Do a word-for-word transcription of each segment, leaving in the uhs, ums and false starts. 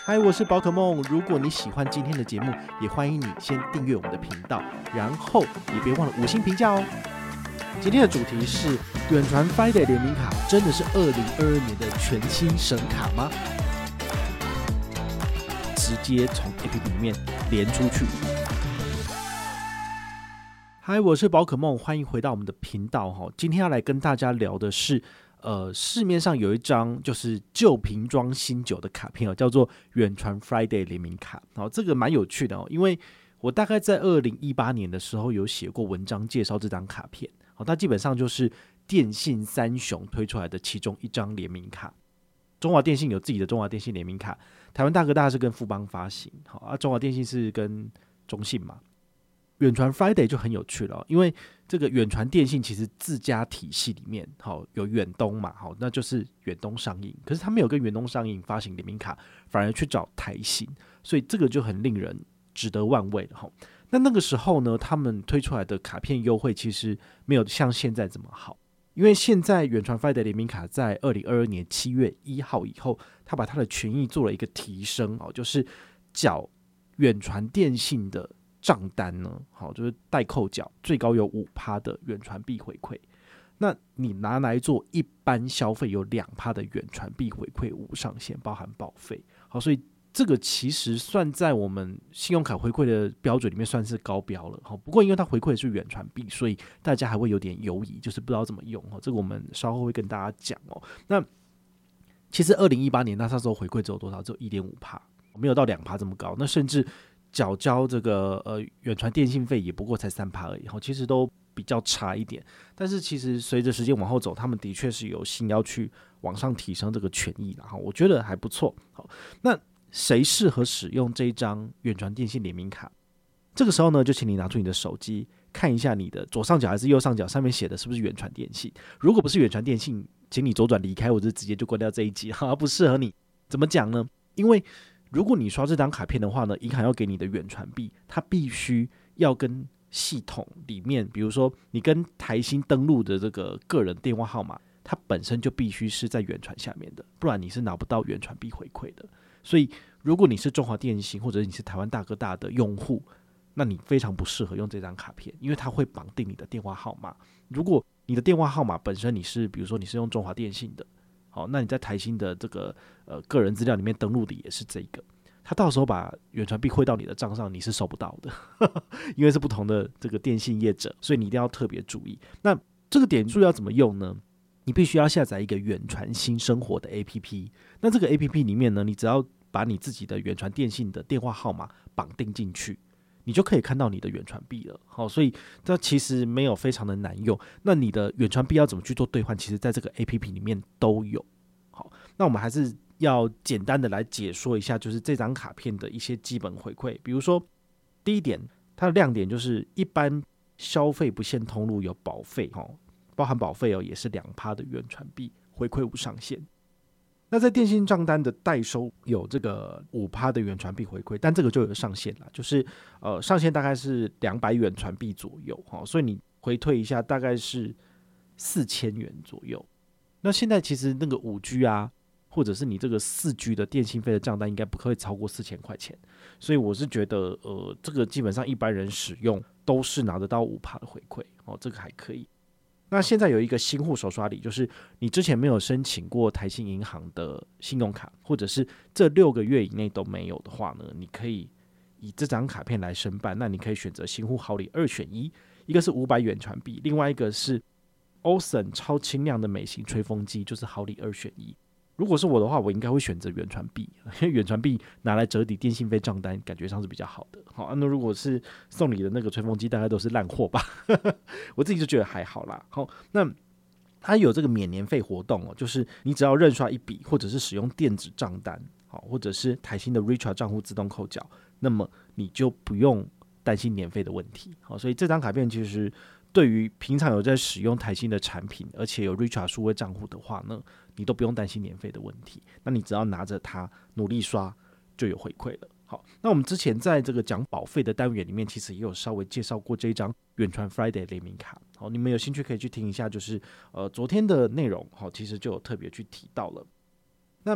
嗨，我是宝可梦。如果你喜欢今天的节目，也欢迎你先订阅我们的频道，然后也别忘了五星评价哦。今天的主题是远传 Friday 联名卡真的是二零二二年的全新神卡吗？直接从 A P P 里面连出去。嗨，我是宝可梦，欢迎回到我们的频道。今天要来跟大家聊的是呃，市面上有一张就是旧瓶装新酒的卡片哦，叫做远传 Friday 联名卡。哦，这个蛮有趣的哦，因为我大概在二零一八年的时候有写过文章介绍这张卡片。哦，它基本上就是电信三雄推出来的其中一张联名卡。中华电信有自己的中华电信联名卡，台湾大哥大是跟富邦发行，好啊，中华电信是跟中信嘛。远传 Friday 就很有趣了，因为这个远传电信其实自家体系里面，好有远东嘛，好那就是远东商银，可是他没有跟远东商银发行联名卡，反而去找台新，所以这个就很令人值得玩味了哈。那那个时候呢，他们推出来的卡片优惠其实没有像现在这么好，因为现在远传 Friday 联名卡在二零二二年七月一号以后，他把他的权益做了一个提升哦，就是缴远传电信的账单呢，好，就是代扣缴最高有 百分之五 的远传币回馈，那你拿来做一般消费有 百分之二 的远传币回馈无上限，包含保费。好，所以这个其实算在我们信用卡回馈的标准里面算是高标了。好，不过因为它回馈的是远传币，所以大家还会有点犹疑，就是不知道怎么用。这个我们稍后会跟大家讲哦。那其实二零一八年那时候回馈只有多少？只有 百分之一点五， 没有到 百分之二 这么高。那甚至缴交这个呃远传电信费也不过才 百分之三 而已，其实都比较差一点。但是其实随着时间往后走，他们的确是有心要去往上提升这个权益啦，我觉得还不错。好，那谁适合使用这一张远传电信联名卡？这个时候呢，就请你拿出你的手机看一下你的左上角还是右上角上面写的是不是远传电信。如果不是远传电信，请你左转离开，或者直接就关掉这一集，不适合你。怎么讲呢？因为如果你刷这张卡片的话呢，银行要给你的远传币，它必须要跟系统里面，比如说你跟台新登录的这个个人电话号码，它本身就必须是在远传下面的，不然你是拿不到远传币回馈的。所以如果你是中华电信或者你是台湾大哥大的用户，那你非常不适合用这张卡片，因为它会绑定你的电话号码。如果你的电话号码本身你是比如说你是用中华电信的，好，那你在台新的这个呃个人资料里面登录的也是这个，他到时候把远传币汇到你的账上，你是收不到的，因为是不同的这个电信业者，所以你一定要特别注意。那这个点数要怎么用呢？你必须要下载一个远传新生活的 A P P， 那这个 A P P 里面呢，你只要把你自己的远传电信的电话号码绑定进去，你就可以看到你的远传币了。好，所以这其实没有非常的难用。那你的远传币要怎么去做兑换，其实在这个 A P P 里面都有。好，那我们还是要简单的来解说一下，就是这张卡片的一些基本回馈。比如说第一点，它的亮点就是一般消费不限通路有保费，包含保费哦，也是 百分之二 的远传币回馈无上限。那在电信账单的代收有这个 百分之五 的远传币回馈，但这个就有上限了，就是呃上限大概是两百远传币左右，所以你回退一下大概是四千元左右。那现在其实那个 五 G 啊，或者是你这个 四 G 的电信费的账单应该不会超过四千块钱，所以我是觉得呃这个基本上一般人使用都是拿得到 百分之五 的回馈，哦，这个还可以。那现在有一个新户手刷礼，就是你之前没有申请过台新银行的信用卡，或者是这六个月以内都没有的话呢，你可以以这张卡片来申办。那你可以选择新户好礼二选一，一个是五百远传币，另外一个是 Osen 超轻量的美型吹风机，就是好礼二选一。如果是我的话，我应该会选择远传币，因为远传币拿来折抵电信费账单，感觉上是比较好的。好，那如果是送你的那个吹风机，大概都是烂货吧，我自己就觉得还好啦。好，那它有这个免年费活动哦，就是你只要认刷一笔，或者是使用电子账单，好，或者是台新的 Richard 账户自动扣缴，那么你就不用担心年费的问题。好，所以这张卡片其实对于平常有在使用台新的产品，而且有 Richard 数位账户的话呢，你都不用担心年费的问题。那你只要拿着它努力刷，就有回馈了。好，那我们之前在这个讲保费的单元里面，其实也有稍微介绍过这一张远传 Friday 联名卡。好，你们有兴趣可以去听一下，就是呃昨天的内容，好，其实就有特别去提到了。那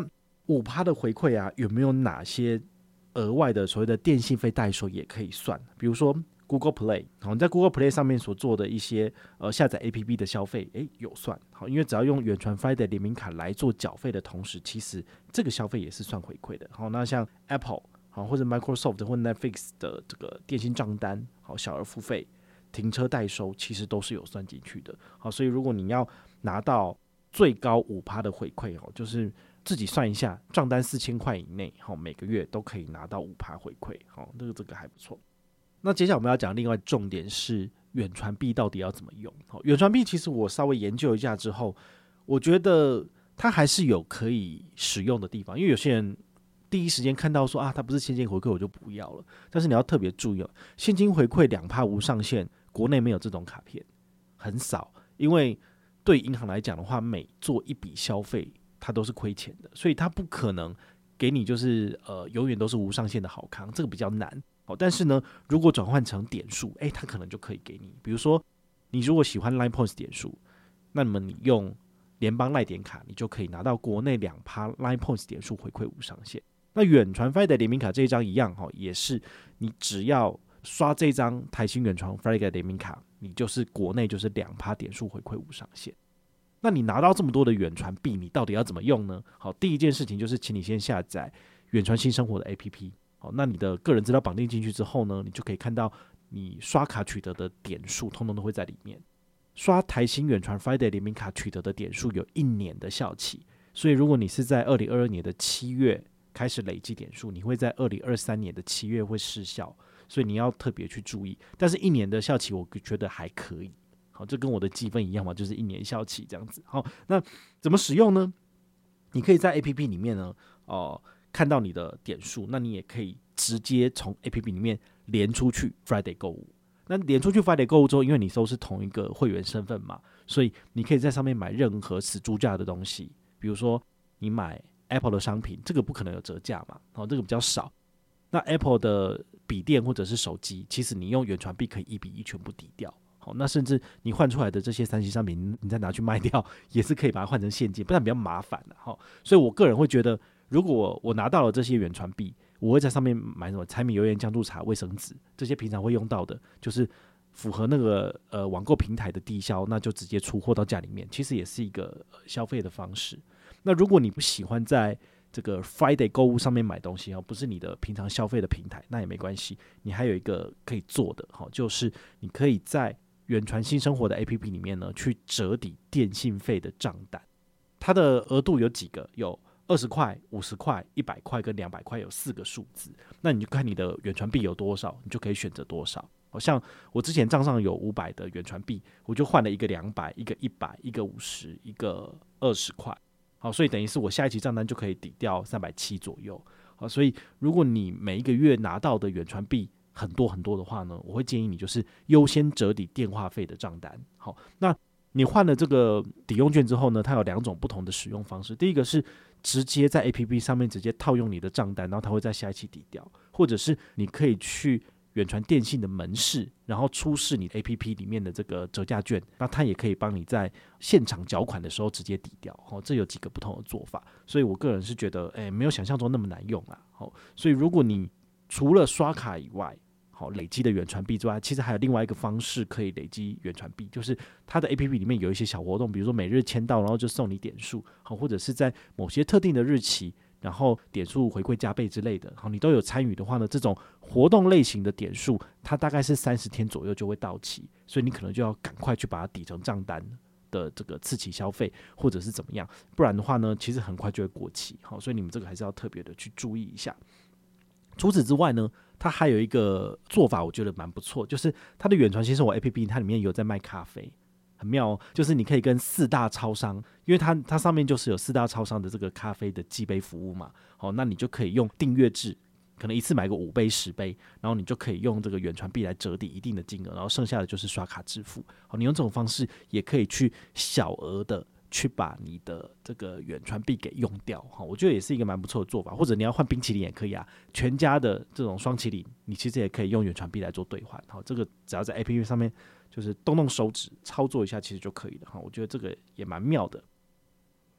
五趴的回馈啊，有没有哪些额外的所谓的电信费代收也可以算？比如说 Google Play， 好，你在 Google Play 上面所做的一些呃下载 A P P 的消费，诶，有算。好，因为只要用远传 Friday 联名卡来做缴费的同时，其实这个消费也是算回馈的。好，那像 Apple 好或者 Microsoft 或 Netflix 的这个电信账单，好，小额付费、停车代收，其实都是有算进去的。好，所以如果你要拿到最高 百分之五 的回馈，就是自己算一下，账单四千块以内，每个月都可以拿到 百分之五 回馈，这个这个还不错。那接下来我们要讲另外重点是远传币到底要怎么用。远传币其实我稍微研究一下之后，我觉得它还是有可以使用的地方，因为有些人第一时间看到说啊，它不是现金回馈我就不要了，但是你要特别注意哦，现金回馈 百分之二 无上限，国内没有这种卡片，很少，因为对银行来讲的话，每做一笔消费它都是亏钱的，所以它不可能给你就是呃永远都是无上限的好康，这个比较难。但是呢，如果转换成点数，哎，它可能就可以给你。比如说，你如果喜欢 Line Points 点数，那么你用联邦赖点卡，你就可以拿到国内 百分之二 Line Points 点数回馈无上限。那远传 Friday 联名卡这一张一样，也是你只要刷这张台新远传 Friday 联名卡，你就是国内就是 百分之二 点数回馈无上限。那你拿到这么多的远传币，你到底要怎么用呢？好，第一件事情就是请你先下载远传新生活的 A P P。好，那你的个人资料绑定进去之后呢，你就可以看到你刷卡取得的点数通通都会在里面。刷台新远传 Friday 联名卡取得的点数有一年的效期，所以如果你是在二零二二年的七月开始累积点数，你会在二零二三年的七月会失效，所以你要特别去注意。但是一年的效期我觉得还可以。好，这跟我的积分一样嘛，就是一年效期这样子。好，那怎么使用呢？你可以在 A P P 里面呢，哦、呃。看到你的点数，那你也可以直接从 A P P 里面连出去 Friday 购物。那连出去 Friday 购物之后，因为你都是同一个会员身份嘛，所以你可以在上面买任何死猪价的东西，比如说你买 Apple 的商品，这个不可能有折价嘛，哦，这个比较少。那 Apple 的笔电或者是手机，其实你用远传币可以一比一全部抵掉。好，那甚至你换出来的这些三 C 商品，你再拿去卖掉，也是可以把它换成现金，不然比较麻烦的。好，所以我个人会觉得，如果我拿到了这些远传币，我会在上面买什么柴米油盐酱醋茶、卫生纸，这些平常会用到的，就是符合那个呃网购平台的低消，那就直接出货到家里面，其实也是一个消费的方式。那如果你不喜欢在这个 Friday 购物上面买东西，不是你的平常消费的平台，那也没关系，你还有一个可以做的，就是你可以在远传新生活的 A P P 里面呢，去折抵电信费的账单。它的额度有几个？有二十块、五十块、一百块跟两百块，有四个数字。那你就看你的远传币有多少，你就可以选择多少。好像我之前账上有五百的远传币，我就换了一个两百、一个一百、一个五十、一个二十块。好，所以等于是我下一期账单就可以抵掉三百七左右。好，所以如果你每一个月拿到的远传币很多很多的话呢，我会建议你就是优先折抵电话费的账单。好，那你换了这个抵用券之后呢，它有两种不同的使用方式。第一个是直接在 A P P 上面直接套用你的账单，然后它会在下一期抵掉，或者是你可以去远传电信的门市，然后出示你 A P P 里面的这个折价券，那它也可以帮你在现场缴款的时候直接抵掉。哦，这有几个不同的做法，所以我个人是觉得，哎，没有想象中那么难用啦。哦，所以如果你除了刷卡以外，好累积的远传币之外，其实还有另外一个方式可以累积远传币，就是它的 A P P 里面有一些小活动，比如说每日签到，然后就送你点数，好，或者是在某些特定的日期，然后点数回馈加倍之类的，好，你都有参与的话呢，这种活动类型的点数，它大概是三十天左右就会到期，所以你可能就要赶快去把它抵成账单的这个次期消费，或者是怎么样，不然的话呢，其实很快就会过期。好，所以你们这个还是要特别的去注意一下。除此之外呢，它还有一个做法，我觉得蛮不错，就是它的远传新生活 A P P， 它里面有在卖咖啡，很妙哦。就是你可以跟四大超商，因为它它上面就是有四大超商的这个咖啡的寄杯服务嘛，好，那你就可以用订阅制，可能一次买个五杯十杯，然后你就可以用这个远传币来折抵一定的金额，然后剩下的就是刷卡支付。好，你用这种方式也可以去小额的去把你的这个远传币给用掉，我觉得也是一个蛮不错的做法。或者你要换冰淇淋也可以啊，全家的这种双淇淋，你其实也可以用远传币来做兑换。好，这个只要在 A P P 上面就是动动手指操作一下，其实就可以了。我觉得这个也蛮妙的。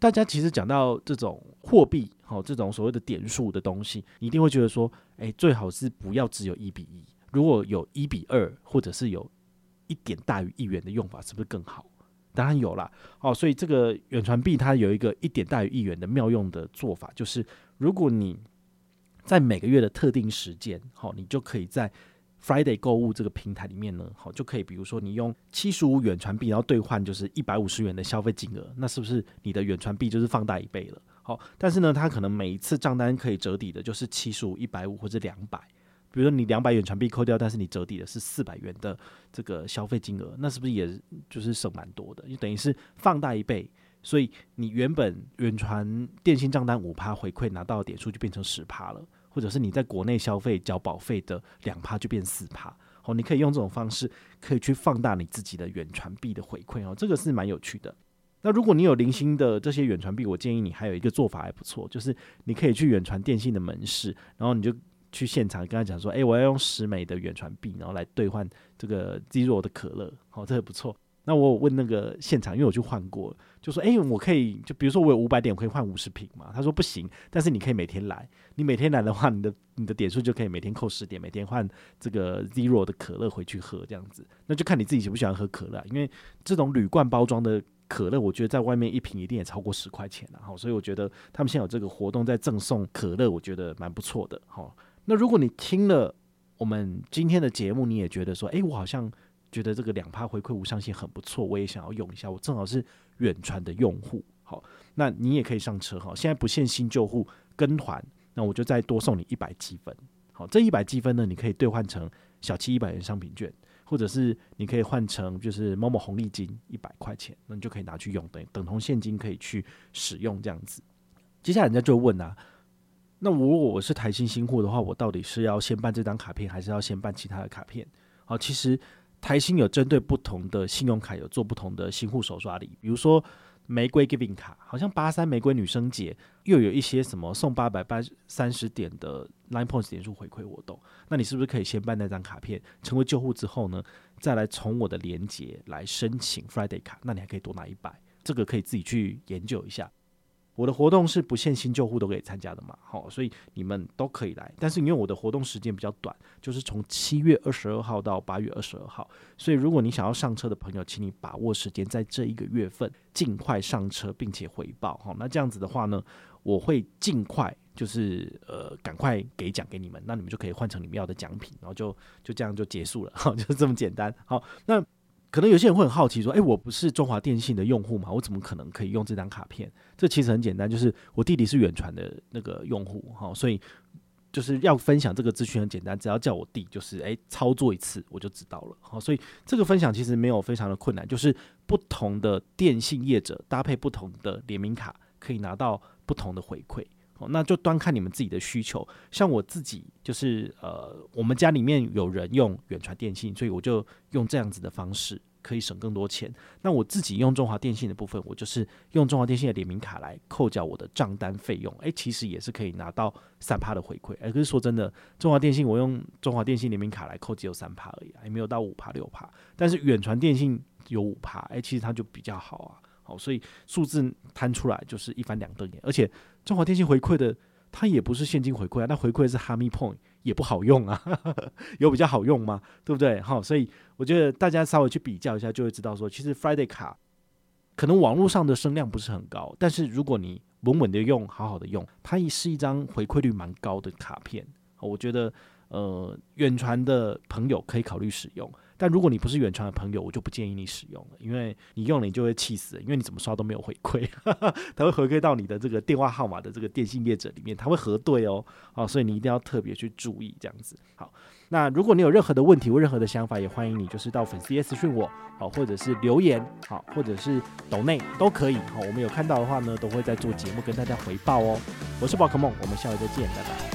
大家其实讲到这种货币、哦、这种所谓的点数的东西，你一定会觉得说，哎，最好是不要只有一比一，如果有一比二，或者是有一点大于一元的用法，是不是更好？当然有啦，哦，所以这个远传币它有一个一点大于一元的妙用的做法，就是如果你在每个月的特定时间，好，你就可以在 Friday 购物这个平台里面呢，好，就可以比如说你用七十五远传币，然后兑换就是一百五十元的消费金额，那是不是你的远传币就是放大一倍了？好，但是呢，它可能每一次账单可以折抵的就是七十五、一百五或者两百。比如说你两百元传币扣掉，但是你折抵的是四百元的这个消费金额，那是不是也就是省蛮多的？就等于是放大一倍，所以你原本远传电信账单 百分之五 回馈拿到的点数就变成 百分之十 了，或者是你在国内消费缴保费的 百分之二 就变 百分之四。哦，你可以用这种方式可以去放大你自己的远传币的回馈哦，这个是蛮有趣的。那如果你有零星的这些远传币，我建议你还有一个做法还不错，就是你可以去远传电信的门市，然后你就去现场跟他讲说，哎、欸，我要用十枚的远传币，然后来兑换这个 Zero 的可乐，好，这个不错。那我有问那个现场，因为我去换过，就说，哎、欸，我可以，就比如说我有五百点，我可以换五十瓶嘛？他说不行，但是你可以每天来，你每天来的话，你的你的点数就可以每天扣十点，每天换这个 Zero 的可乐回去喝，这样子，那就看你自己喜不喜欢喝可乐，因为这种铝罐包装的可乐，我觉得在外面一瓶一定也超过十块钱了，所以我觉得他们现在有这个活动在赠送可乐，我觉得蛮不错的。那如果你听了我们今天的节目，你也觉得说，哎、欸，我好像觉得这个 百分之二 回馈无上限很不错，我也想要用一下，我正好是远传的用户，好，那你也可以上车，好，现在不限新旧户跟团，那我就再多送你一百积分，好，这一百积分呢，你可以兑换成小七一百元商品券，或者是你可以换成就是某某红利金一百块钱，那你就可以拿去用，等等同现金可以去使用这样子。接下来人家就问啊，那如果我是台新新户的话，我到底是要先办这张卡片，还是要先办其他的卡片？好，其实台新有针对不同的信用卡有做不同的新户手刷礼，比如说玫瑰 Giving 卡，好像八三玫瑰女生节又有一些什么送八百三十点的 Line Points 点数回馈活动，那你是不是可以先办那张卡片，成为旧户之后呢，再来从我的连结来申请 Friday 卡，那你还可以多拿一百，这个可以自己去研究一下。我的活动是不限新旧户都可以参加的嘛，好，所以你们都可以来。但是因为我的活动时间比较短，就是从七月二十二号到八月二十二号，所以如果你想要上车的朋友，请你把握时间，在这一个月份尽快上车，并且回报。好，那这样子的话呢，我会尽快就是呃赶快给奖给你们，那你们就可以换成你们要的奖品，然后就就这样就结束了，好，就是这么简单。好，那可能有些人会很好奇说，哎、欸，我不是中华电信的用户嘛，我怎么可能可以用这张卡片？这其实很简单，就是我弟弟是远传的那个用户，所以就是要分享这个资讯很简单，只要叫我弟就是哎、欸、操作一次我就知道了。所以这个分享其实没有非常的困难，就是不同的电信业者搭配不同的联名卡，可以拿到不同的回馈。那就端看你们自己的需求，像我自己就是呃，我们家里面有人用远传电信，所以我就用这样子的方式，可以省更多钱。那我自己用中华电信的部分，我就是用中华电信的联名卡来扣缴我的账单费用，哎、欸，其实也是可以拿到 百分之三 的回馈。哎、欸，可是说真的，中华电信我用中华电信联名卡来扣只有 百分之三 而已，还没有到 百分之五、百分之六， 但是远传电信有 百分之五， 哎、欸，其实它就比较好啊。好，所以数字摊出来就是一翻两瞪眼，而且中华电信回馈的它也不是现金回馈啊，那回馈是哈密 point 也不好用啊，呵呵，有比较好用吗？对不对？好，所以我觉得大家稍微去比较一下，就会知道说，其实 Friday 卡可能网络上的声量不是很高，但是如果你稳稳的用，好好的用，它也是一张回馈率蛮高的卡片。我觉得呃，远传的朋友可以考虑使用。但如果你不是远传的朋友，我就不建议你使用了，因为你用了你就会气死了，因为你怎么刷都没有回馈，它会回馈到你的这个电话号码的这个电信业者里面，它会核对哦，好，所以你一定要特别去注意这样子。好，那如果你有任何的问题或任何的想法，也欢迎你就是到粉丝页私讯我，好，或者是留言，好，或者是抖内都可以，好，我们有看到的话呢，都会在做节目跟大家回报哦。我是宝可梦，我们下回再见，拜拜。